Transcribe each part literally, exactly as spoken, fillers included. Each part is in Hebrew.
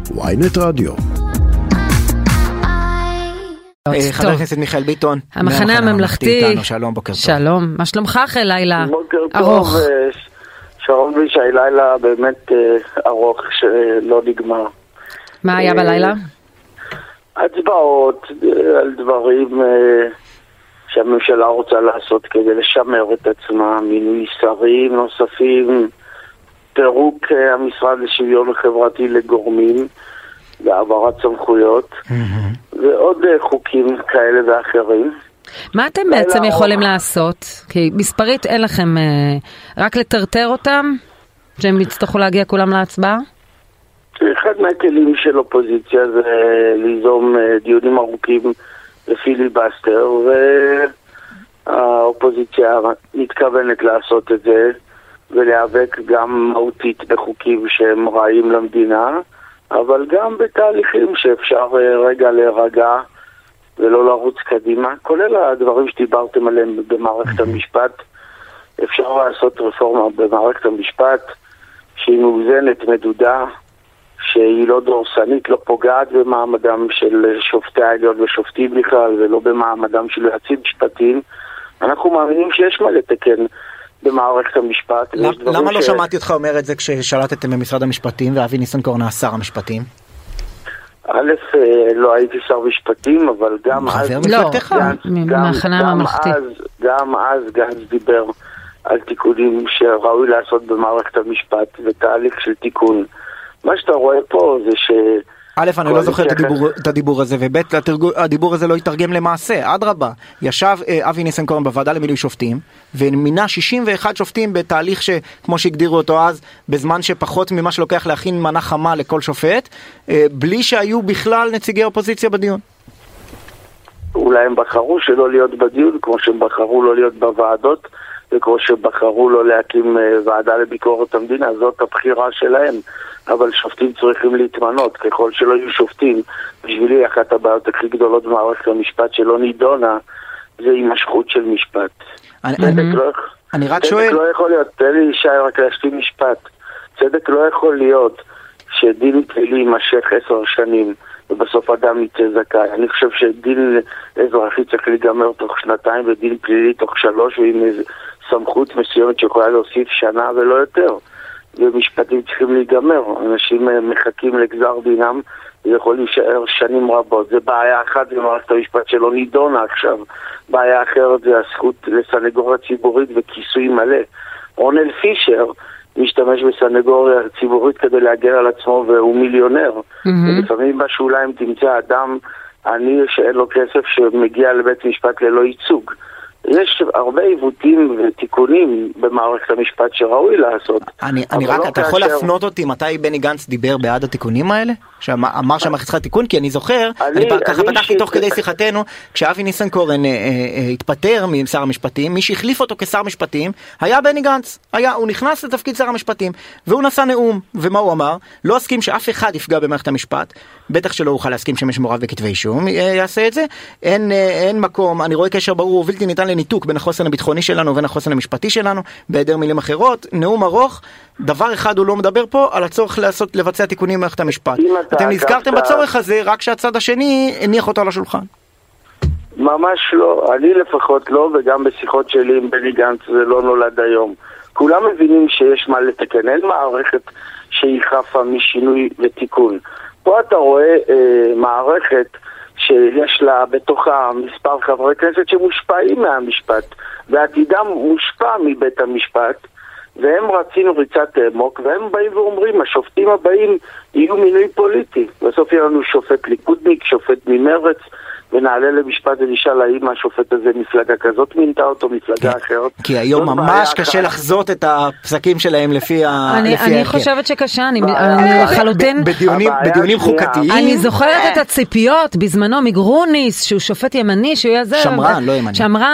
וויינט רדיו. חבר הכנסת מיכאל ביטון, המחנה הממלכתי. שלום, בוקר טוב. שלום, מה שלומך אחרי לילה ארוך? בוקר טוב, שרון וישי, לילה באמת ארוך שלא נגמר. מה היה בלילה? הצבעות על דברים שהממשלה רוצה לעשות כדי לשמר את עצמה, מינוי שרים נוספים, פירוק המשרד לשוויון חברתי לגורמים, והעברת סמכויות, ועוד חוקים כאלה ואחרים. מה אתם בעצם יכולים לעשות? כי מספרית אין לכם, רק לטרטר אותם, שהם יצטרכו להגיע כולם להצבעה? אחד מהכלים של אופוזיציה זה ליזום דיונים ארוכים לפיליבסטר, והאופוזיציה מתכוונת לעשות את זה, ולהיאבק גם מהותית בחוקים שהם רעים למדינה, אבל גם בתהליכים שאפשר רגע להירגע ולא לרוץ קדימה, כולל הדברים שדיברתם עליהם במערכת המשפט. אפשר לעשות רפורמה במערכת המשפט שהיא מאוזנת, מדודה, שהיא לא דורסנית, לא פוגעת במעמדם של שופטי העליון ושופטים בכלל, ולא במעמדם של יועצים משפטיים. אנחנו מאמינים שיש מה לתקן במערכת המשפט. למה לא שמעתי אותך אומר את זה כששלטתם במשרד המשפטים ואבי ניסנקורן היה שר המשפטים? א', לא הייתי שר משפטים, אבל גם אז גם אז גנץ דיבר על תיקונים שראוי לעשות במערכת המשפט ותהליך של תיקון. מה שאתה רואה פה זה ש... א', אני לא זוכר את הדיבור הזה, וב', הדיבור הזה לא יתרגם למעשה. עד רבה, ישב אבי ניסנקורן בוועדה למילוי שופטים, ומינה שישים ואחד שופטים בתהליך שכמו שהגדירו אותו אז, בזמן שפחות ממה שלוקח להכין מנה חמה לכל שופט, בלי שהיו בכלל נציגי אופוזיציה בדיון. אולי הם בחרו שלא להיות בדיון, כמו שהם בחרו לא להיות בוועדות, וכמו שבחרו לא להקים ועדה לביקורת המדינה, זאת הבחירה שלהם. אבל שופטים צריכים להתמנות, ככל שלא יהיו שופטים. בשבילי אחת הבעיות הכי גדולות במערכת המשפט שלא נידונה, זה הימשכות של משפט. אני רק שואל... צדק לא יכול להיות, תן לי אישה רק להשלים משפט. צדק לא יכול להיות שדין פלילי יימשך עשר שנים, ובסוף אדם יצא זכאי. אני חושב שדין אזרחי צריך להיגמר תוך שנתיים, ודין פלילי תוך שלוש, ועם איזו סמכות מסוימת שיכולה להוסיף שנה ולא יותר. ומשפטים צריכים להיגמר. אנשים מחכים לגזר דינם, זה יכול להישאר שנים רבות. זה בעיה אחת במערכת המשפט שלא נידונה עכשיו. בעיה אחרת זה הזכות לסנגוריה ציבורית וכיסוי מלא. רונל פישר משתמש בסנגוריה ציבורית כדי להגן על עצמו, והוא מיליונר. Mm-hmm. ולפעמים בשוליים תמצא אדם עני שאין לו כסף שמגיע לבית משפט ללא ייצוג. יש הרבה עיוותים ותיקונים במערכת המשפט שראוי לעשות. אני, אני רק, אתה יכול להפנות אותי מתי בני גנץ דיבר בעד התיקונים האלה? שאמר שהמערכת צריכה תיקון? כי אני זוכר, אני, אני ככה פתחתי תוך כדי שיחתנו, כשאבי ניסנקורן אה, אה, התפטר משר המשפטים, מי שהחליף אותו כשר משפטים, היה בני גנץ. היה, הוא נכנס לתפקיד שר המשפטים, והוא נשא נאום, ומה הוא אמר? לא הסכים שאף אחד יפגע במערכת המשפט, בטח שלא אוכל להסכים שמש מעורב בכתבי אישום, יעשה את זה. אין, אין מקום, אני רואה קשר ברור ובלתי ניתן לניתוק בין החוסן הביטחוני שלנו ובין החוסן המשפטי שלנו, בהיעדר מילים אחרות. נאום ארוך, דבר אחד הוא לא מדבר פה על הצורך לעשות, לבצע תיקונים במערכת המשפט. אתם נזכרתם בצורך הזה רק שהצד השני הניח אותו על השולחן. ממש לא, אני לפחות לא, וגם בשיחות שלי עם בני גנץ זה לא נולד היום. כולם מבינים שיש מה לתקן, אין מערכת שהיא חפה משינוי ותיקון. פה אתה רואה אה, מערכת שיש לה בתוכה מספר חברי כנסת שמושפעים מהמשפט, ועתידם מושפע מבית המשפט, והם רצים ריצת אמוק, והם באים ואומרים, השופטים הבאים יהיו מינוי פוליטי. בסוף יהיה לנו שופט ליכודניק, שופט ממרץ, ונעלה למשפט ונשאל האם השופט הזה מפלגה כזאת מינתה אותו, מפלגה אחרת. כי היום ממש קשה לחזות את הפסקים שלהם לפי ה... אני חושבת שקשה, אני לחלוטין... בדיונים חוקתיים. אני זוכרת את הציפיות בזמנו מגרוניס, שהוא שופט ימני, שהוא יהיה זה... שמרן, לא ימני. שמרן,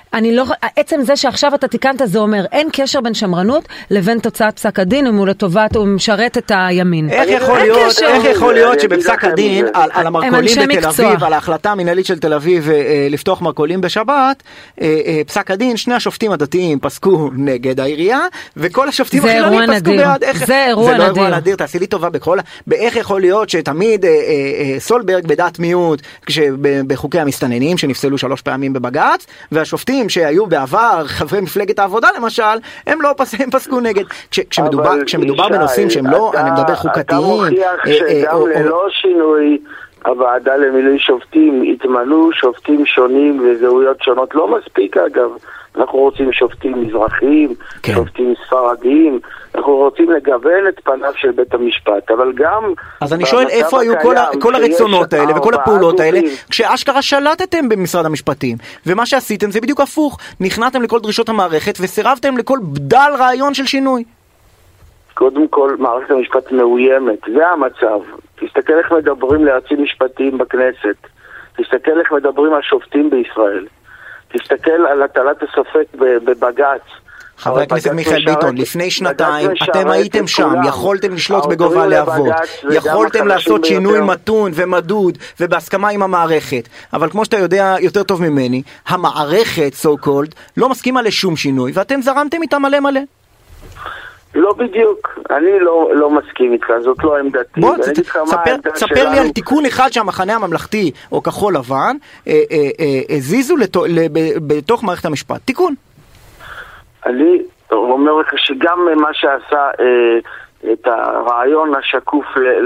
אני לא, עצם זה שעכשיו אתה תיקנת זה אומר, אין קשר בין שמרנות לבין תוצאת פסק הדין, אם הוא לטובת, הוא משרת את הימין. איך יכול להיות, איך יכול להיות שבפסק הדין, על המרכולים בתל אביב, על ההחלטה המנהלית של תל אביב לפתוח מרכולים בשבת, פסק הדין, שני השופטים הדתיים פסקו נגד העירייה, וכל השופטים החילונים פסקו בעד. זה אירוע נדיר. זה לא אירוע נדיר, תעשי לי טובה בכל, באיך יכול להיות שתמיד סולברג בדעת מיעוט, בחוקי המסתננים שנפסלו שלוש פעמים בבג"ץ, והשופטים שהיו בעבר חברי מפלגת העבודה למשל, הם לא הם פסקו נגד. כשמדובר, כשמדובר בנושאים שהם לא, אני מדבר חוקתיים. אתה מוכיח שגם ללא שינוי הוועדה למינוי שופטים התמנו שופטים שונים וזהויות שונות. לא מספיק אגב. אנחנו רוצים שופטים מזרחיים, כן. שופטים ספרדיים, אנחנו רוצים לגוון את פניו של בית המשפט, אבל גם... אז אני שואל איפה היו כל, כל הרצונות האלה וכל הפעולות האלה, כשאשכרה שלטתם במשרד המשפטים, ומה שעשיתם זה בדיוק הפוך, נכנעתם לכל דרישות המערכת וסירבתם לכל בדל רעיון של שינוי. קודם כל, מערכת המשפט מאוימת, זה המצב. תסתכל איך מדברים ליועצים משפטיים בכנסת, תסתכל איך מדברים על שופטים בישראל. תסתכל על הטלת הספק בבג"ץ. חבר הכנסת מיכאל ביטון, לפני שנתיים אתם הייתם שם, יכולתם לשלוט בגובה הלהבות, יכולתם לעשות שינוי מתון ומדוד ובהסכמה עם המערכת, אבל כמו שאתה יודע יותר טוב ממני, המערכת, so called, לא מסכימה לשום שינוי, ואתם זרמתם איתה מלא מלא. לא בדיוק, אני לא, לא מסכים איתך, זאת לא עמדתי. בוא, תספר לי על תיקון אחד שהמחנה הממלכתי או כחול לבן הזיזו בתוך מערכת המשפט. תיקון. אני אומר לך שגם מה שעשה את הרעיון השקוף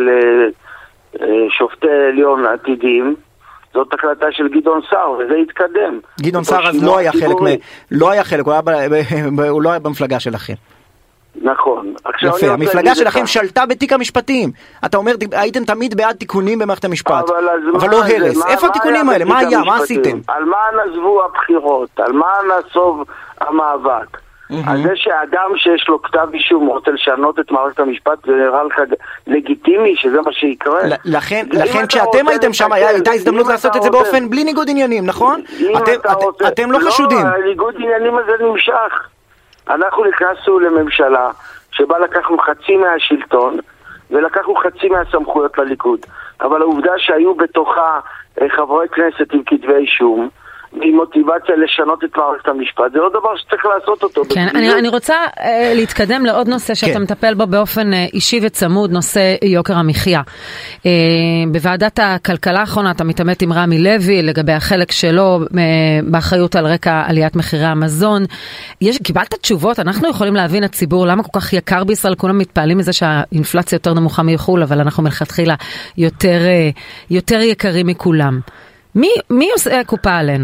לשופטי עליון עתידים, זאת החלטה של גדעון סער, וזה התקדם. גדעון סער אז לא היה חלק, לא היה חלק, הוא לא היה במפלגה שלכם. נכון. יפה, המפלגה שלכם שלטה בתיק המשפטים. אתה אומר, הייתם תמיד בעד תיקונים במערכת המשפט, אבל לא הרס. איפה התיקונים האלה? מה היה? מה עשיתם? על מה נעזבו הבחירות? על מה נסוב המאבק? על זה שהאדם שיש לו כתב אישום רוצה לשנות את מערכת המשפט, זה נראה לך לגיטימי שזה מה שיקרה? לכן כשאתם הייתם שם הייתה הזדמנות לעשות את זה באופן בלי ניגוד עניינים, נכון? אתם לא חשודים. לא, הניגוד עניינים הזה נמשך. אנחנו נכנסנו לממשלה שבה לקחנו חצי מהשלטון ולקחנו חצי מהסמכויות לליכוד, אבל העובדה שהיו בתוכה חברי כנסת עם כתבי אישום עם מוטיבציה לשנות את מערכת המשפט, זה לא דבר שצריך לעשות אותו. כן, אני, אני רוצה uh, להתקדם לעוד נושא שאתה כן. מטפל בו באופן uh, אישי וצמוד, נושא יוקר המחיה. Uh, בוועדת הכלכלה האחרונה אתה מתעמת עם רמי לוי לגבי החלק שלו uh, באחריות על רקע עליית מחירי המזון. יש, קיבלת תשובות? אנחנו יכולים להבין הציבור למה כל כך יקר בישראל, כולם מתפעלים מזה שהאינפלציה יותר נמוכה מיחול, אבל אנחנו מלכתחילה יותר, uh, יותר יקרים מכולם. מי, מי עושה הקופה עלינו?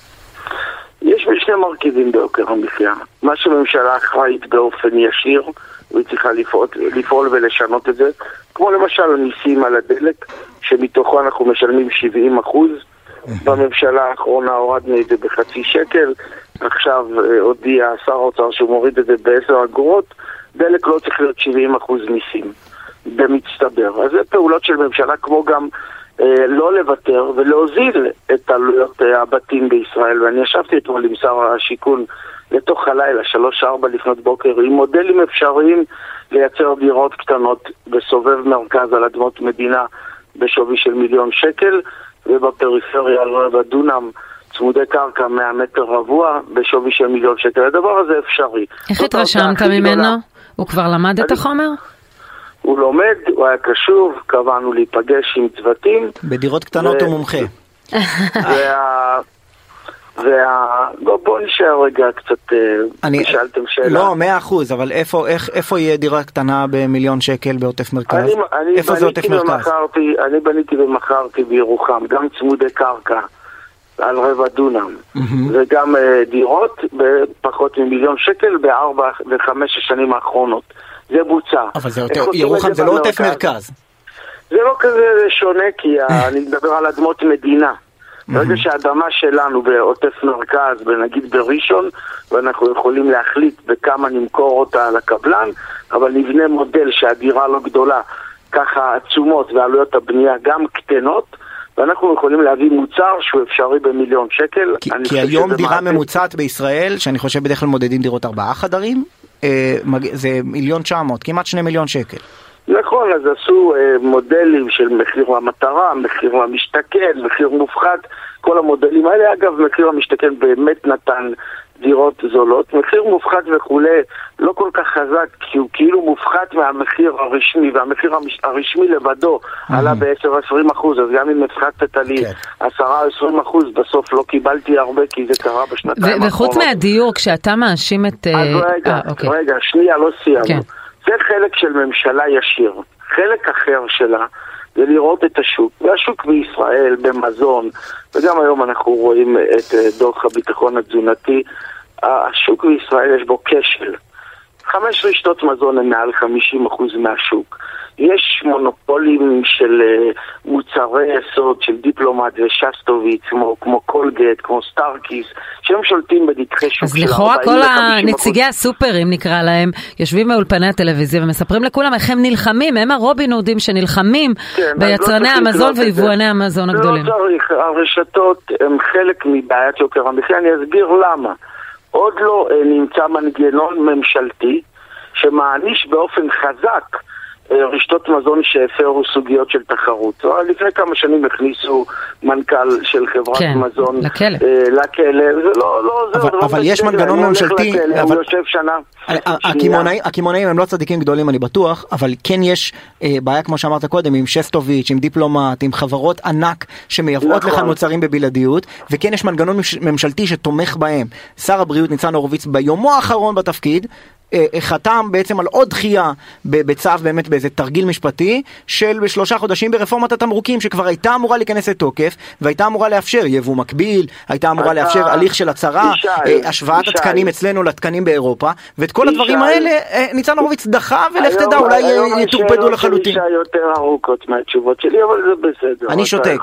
יש שני מרכיבים ביוקר המחיה. מה שממשלה אחראית באופן ישיר, והיא צריכה לפעול, לפעול ולשנות את זה, כמו למשל הניסים על הדלק, שמתוכו אנחנו משלמים שבעים אחוז, בממשלה האחרונה הורדנו את זה בחצי שקל, עכשיו הודיע שר האוצר שהוא מוריד את זה בעשר אגורות, דלק לא צריך להיות שבעים אחוז ניסים, במצטבר. אז זה פעולות של ממשלה, כמו גם לא לוותר ולהוזיל את עלויות הבתים בישראל, ואני ישבתי אתמול עם שר השיכון לתוך הלילה, שלוש ארבע לפנות בוקר, עם מודלים אפשריים לייצר דירות קטנות בסובב מרכז על אדמות מדינה בשווי של מיליון שקל, ובפריפריה על רבע דונם צמודי קרקע מאה מטר רבוע בשווי של מיליון שקל. הדבר הזה אפשרי. איך התרשמת ממנו? הוא כבר למד את החומר? הוא לומד, הוא היה קשוב, קבענו להיפגש עם צוותים. בדירות קטנות הוא מומחה. וה... וה... בוא, בוא נשאר רגע קצת, שאלתם שאלה. לא, מאה אחוז, אבל איפה, איך, איפה יהיה דירה קטנה במיליון שקל בעוטף מרכז? אני, אני איפה זה עוטף מרכז? ומחרתי, אני בניתי ומחרתי בירוחם, גם צמודי קרקע על רבע דונם, mm-hmm. וגם uh, דירות בפחות ממיליון שקל בארבע וחמש השנים האחרונות. זה בוצע. אבל זה יותר, ירוחם זה לא עוטף מרכז. זה לא כזה שונה, כי אני מדבר על אדמות מדינה. ברגע שהאדמה שלנו בעוטף מרכז, ונגיד בראשון, ואנחנו יכולים להחליט בכמה נמכור אותה לקבלן, אבל נבנה מודל שהדירה לא גדולה, ככה עצומות ועלויות הבנייה גם קטנות, ואנחנו יכולים להביא מוצר שהוא אפשרי במיליון שקל. כי, כי היום דירה ממוצעת בישראל, שאני חושב בדרך כלל מודדים דירות ארבעה חדרים, אה, זה מיליון תשע מאות, כמעט שני מיליון שקל. נכון, אז עשו אה, מודלים של מחיר המטרה, מחיר המשתכן, מחיר מופחת, כל המודלים האלה. אגב, מחיר המשתכן באמת נתן דירות זולות, מחיר מופחת וכולי לא כל כך חזק, כי הוא כאילו מופחת מהמחיר הרשמי, והמחיר הרשמי לבדו עלה ב-עשר עד עשרים אחוז, אז גם אם הפחתת לי עשרה עד עשרים אחוז, בסוף לא קיבלתי הרבה, כי זה קרה בשנתיים האחרונות. וחוץ מהדיור, כשאתה מאשים את... אז רגע, רגע, שנייה, לא סיימנו. זה חלק של ממשלה ישיר. חלק אחר שלה זה לראות את השוק. והשוק בישראל, במזון, וגם היום אנחנו רואים את דוח הביטחון התזונתי, השוק בישראל יש בו כשל. חמש רשתות מזון הן מעל חמישים אחוז מהשוק. יש מונופולים של מוצרי יסוד, של דיפלומט ושסטוביץ, כמו, כמו קולגט, כמו סטארקיס, שהם שולטים בדתחי שוק של ארבעים עד חמישים אחוז. אז לכאורה כל הנציגי הסופרים, נקרא להם, יושבים מאולפני הטלוויזיה ומספרים לכולם איך הם נלחמים, הם הרובין הודים שנלחמים כן, ביצרני לא המזון ויבואני המזון הגדולים. לא צריך, הרשתות הם חלק מבעיית יוקר המחיה, אני אסביר למה. עוד לא נמצא מנגנון ממשלתי שמעניש באופן חזק רשתות מזון שהפרו סוגיות של תחרות. לפני כמה שנים הכניסו מנכ"ל של חברת כן, מזון לכלא. לכלא. זה לא, לא, זה אבל, אבל יש מנגנון ממשלתי. לכלא, אבל... הוא יושב שנה. הכימונאים הם לא צדיקים גדולים, אני בטוח, אבל כן יש בעיה, כמו שאמרת קודם, עם שסטוביץ', עם דיפלומט, עם חברות ענק שמייבאות לך מוצרים בבלעדיות, וכן יש מנגנון ממשלתי שתומך בהם. שר הבריאות ניצן הורוביץ ביומו האחרון בתפקיד, חתם בעצם על עוד דחייה בצו, באמת באיזה תרגיל משפטי של שלושה חודשים ברפורמת התמרוקים, שכבר הייתה אמורה להיכנס לתוקף, והייתה אמורה לאפשר יבוא מקביל, הייתה אמורה לאפשר הליך של הצהרה, השוואת התקנים אצלנו לתקנים באירופה, ואת כל הדברים האלה ניצן הורוביץ דחה, ולך תדע, אולי יתורפדו לחלוטין. היום יותר ארוכות מהתשובות שלי, אבל זה בסדר. אני שותק.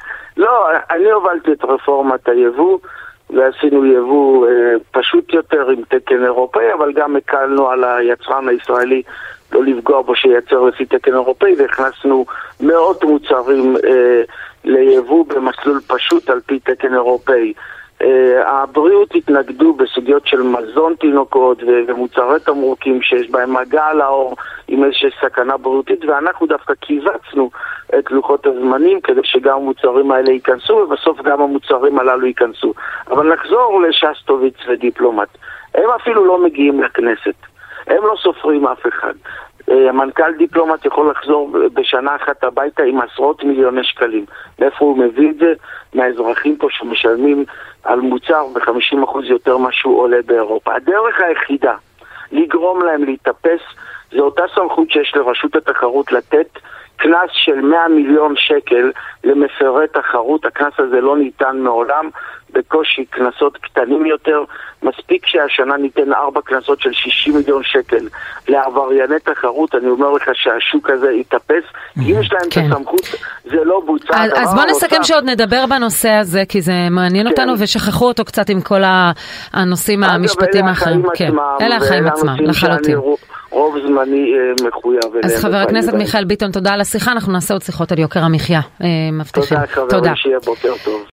לא, אני הובלתי את רפורמת היבוא, ועשינו יבוא אה, פשוט יותר עם תקן אירופאי, אבל גם הקלנו על היצרן הישראלי לא לפגוע בו שייצר לפי תקן אירופאי, והכנסנו מאות מוצרים אה, ליבוא במסלול פשוט על פי תקן אירופאי. אה, הבריאות התנגדו בסוגיות של מזון תינוקות ומוצרי תמרוקים שיש בהם מגע על האור עם איזושהי סכנה בריאותית, ואנחנו דווקא קיבצנו את לוחות הזמנים כדי שגם המוצרים האלה ייכנסו, ובסוף גם המוצרים הללו ייכנסו. אבל נחזור לשסטוביץ ודיפלומט. הם אפילו לא מגיעים לכנסת. הם לא סופרים אף אחד. המנכ"ל דיפלומט יכול לחזור בשנה אחת הביתה עם עשרות מיליוני שקלים. מאיפה הוא מביא את זה? מהאזרחים פה שמשלמים על מוצר ב-חמישים אחוז יותר מה שהוא עולה באירופה. הדרך היחידה לגרום להם להתאפס זה אותה סמכות שיש לרשות התחרות לתת קנס של מאה מיליון שקל למפרי תחרות. הקנס הזה לא ניתן מעולם, בקושי קנסות קטנים יותר. מספיק שהשנה ניתן ארבע קנסות של שישים מיליון שקל לעברייני תחרות. אני אומר לך שהשוק הזה יתאפס, כי אם יש להם את הסמכות זה לא בוצע. אז בוא נסכם שעוד נדבר בנושא הזה, כי זה מעניין אותנו, ושכחו אותו קצת עם כל הנושאים המשפטיים האחרים. אלה החיים עצמם, לחלוטין. רוב זמני מחויב. אז חבר הכנסת מיכאל ביטון, תודה על השיחה, אנחנו נעשה עוד שיחות על יוקר המחיה. מבטיחים. תודה, חברים, שיהיה בוקר טוב.